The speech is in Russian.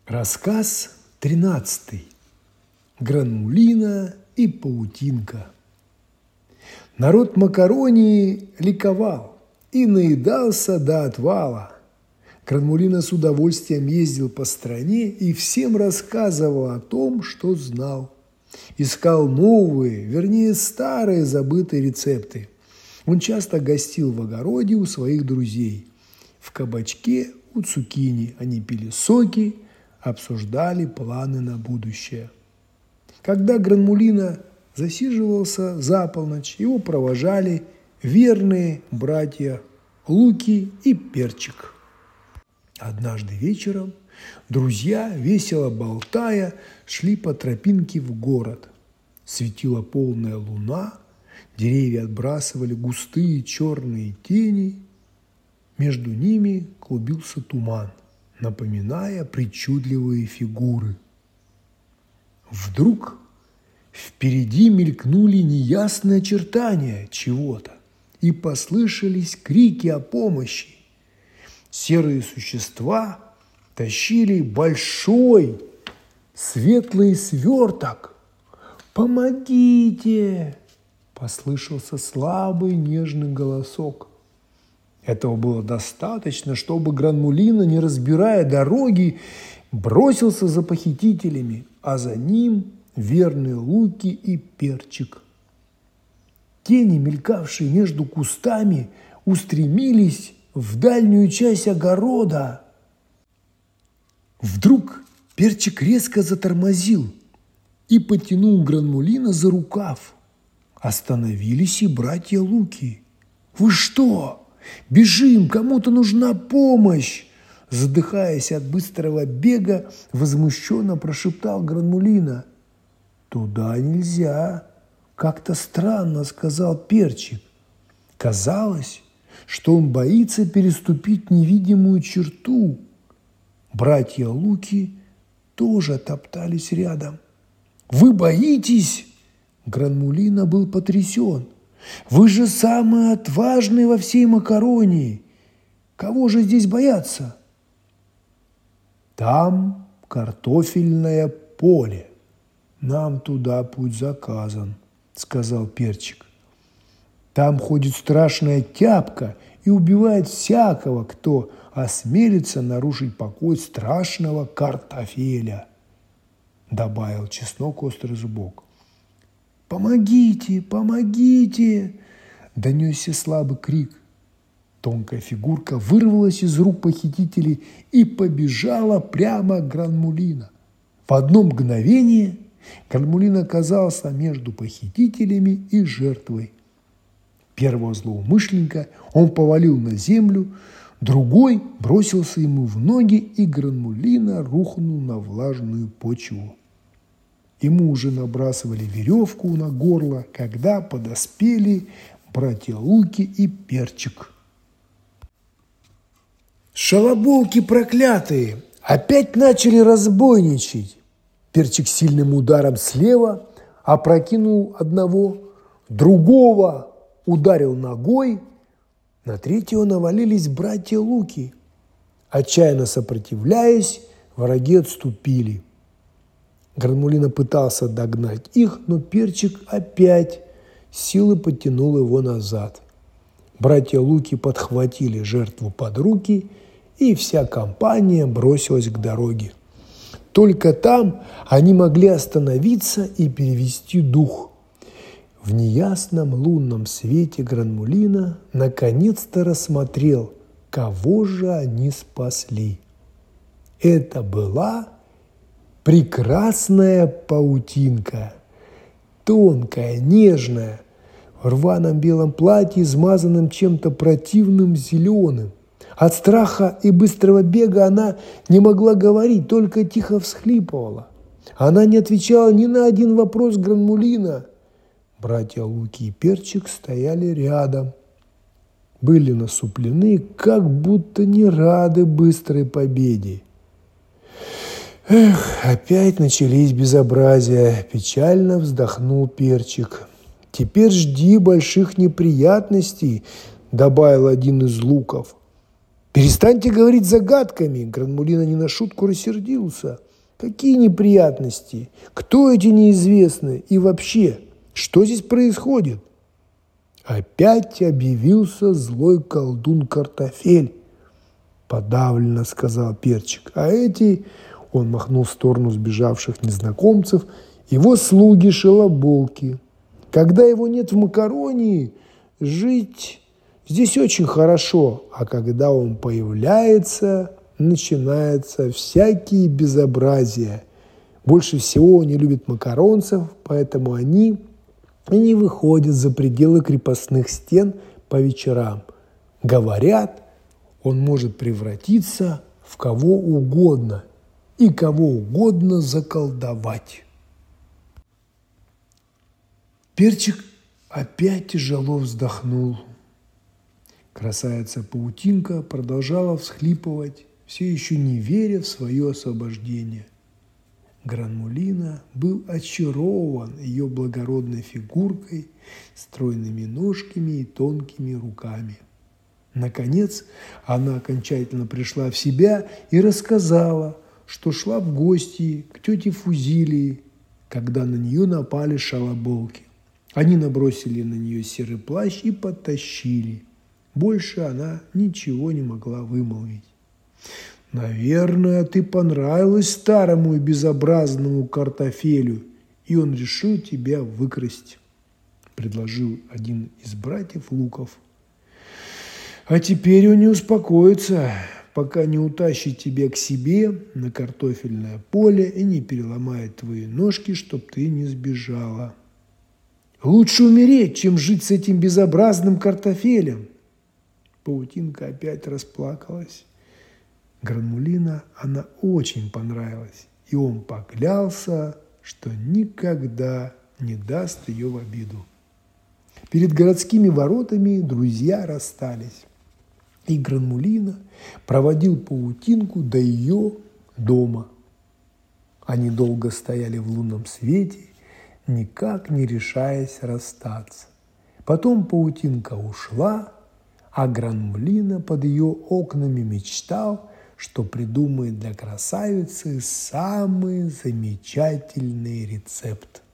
Рассказ 13. Гранулина и паутинка. Народ Макаронии ликовал и наедался до отвала. Гранулина с удовольствием ездил по стране и всем рассказывал о том, что знал. Искал новые, вернее старые забытые рецепты. Он часто гостил в огороде у своих друзей. В кабачке у Цукини они пили соки, обсуждали планы на будущее. Когда Гранулина засиживался за полночь, его провожали верные братья Луки и Перчик. Однажды вечером друзья, весело болтая, шли по тропинке в город. Светила полная луна, деревья отбрасывали густые черные тени, между ними клубился туман, напоминая причудливые фигуры. Вдруг впереди мелькнули неясные очертания чего-то, и послышались крики о помощи. Серые существа тащили большой светлый сверток. «Помогите!» – послышался слабый нежный голосок. Этого было достаточно, чтобы Гранулина, не разбирая дороги, бросился за похитителями, а за ним верные Луки и Перчик. Тени, мелькавшие между кустами, устремились в дальнюю часть огорода. Вдруг Перчик резко затормозил и потянул Гранулина за рукав. Остановились и братья Луки. «Вы что? Бежим, кому-то нужна помощь!» Задыхаясь от быстрого бега, возмущенно прошептал Гранулина. «Туда нельзя!» – как-то странно сказал Перчик. Казалось, что он боится переступить невидимую черту. Братья Луки тоже топтались рядом. «Вы боитесь?» Гранулина был потрясен. «Вы же самые отважные во всей Макаронии! Кого же здесь бояться?» «Там картофельное поле. Нам туда путь заказан», – сказал Перчик. «Там ходит страшная тяпка и убивает всякого, кто осмелится нарушить покой страшного картофеля», – добавил Чеснок Острый Зубок. «Помогите, помогите!» – донесся слабый крик. Тонкая фигурка вырвалась из рук похитителей и побежала прямо к Гранулина. В одно мгновение Гранулин оказался между похитителями и жертвой. Первого злоумышленника он повалил на землю, другой бросился ему в ноги, и Гранулина рухнул на влажную почву. Ему уже набрасывали веревку на горло, когда подоспели братья Луки и Перчик. «Шалобулки проклятые! Опять начали разбойничать!» Перчик сильным ударом слева опрокинул одного, другого ударил ногой, на третьего навалились братья Луки. Отчаянно сопротивляясь, враги отступили. Гранулина пытался догнать их, но Перчик опять силой потянул его назад. Братья Луки подхватили жертву под руки, и вся компания бросилась к дороге. Только там они могли остановиться и перевести дух. В неясном лунном свете Гранулина наконец-то рассмотрел, кого же они спасли. Это была прекрасная паутинка, тонкая, нежная, в рваном белом платье, измазанном чем-то противным зеленым. От страха и быстрого бега она не могла говорить, только тихо всхлипывала. Она не отвечала ни на один вопрос Гранулина. Братья Луки и Перчик стояли рядом, были насуплены, как будто не рады быстрой победе. «Эх, опять начались безобразия», – печально вздохнул Перчик. «Теперь жди больших неприятностей», – добавил один из Луков. «Перестаньте говорить загадками!» Гранмулино не на шутку рассердился. «Какие неприятности? Кто эти неизвестные? И вообще, что здесь происходит?» «Опять объявился злой колдун Картофель», – подавленно сказал Перчик. «А эти...» – он махнул в сторону сбежавших незнакомцев. «Его слуги-шалоболки. Когда его нет в Макаронии, жить здесь очень хорошо, а когда он появляется, начинаются всякие безобразия. Больше всего он не любит макаронцев, поэтому они и не выходят за пределы крепостных стен по вечерам. Говорят, он может превратиться в кого угодно и кого угодно заколдовать». Перчик опять тяжело вздохнул. Красавица-паутинка продолжала всхлипывать, все еще не веря в свое освобождение. Гранмулино был очарован ее благородной фигуркой, стройными ножками и тонкими руками. Наконец, она окончательно пришла в себя и рассказала, что шла в гости к тете Фузилии, когда на нее напали шалоболки. Они набросили на нее серый плащ и потащили. Больше она ничего не могла вымолвить. «Наверное, ты понравилась старому и безобразному Картофелю, и он решил тебя выкрасть», – предложил один из братьев Луков. «А теперь он не успокоится, пока не утащит тебя к себе на картофельное поле и не переломает твои ножки, чтоб ты не сбежала. Лучше умереть, чем жить с этим безобразным Картофелем». Паутинка опять расплакалась. Гранмулино она очень понравилась, и он поклялся, что никогда не даст ее в обиду. Перед городскими воротами друзья расстались, и Гранмулино проводил Паутинку до ее дома. Они долго стояли в лунном свете, никак не решаясь расстаться. Потом Паутинка ушла, а Гранмулино под ее окнами мечтал, что придумает для красавицы самый замечательный рецепт.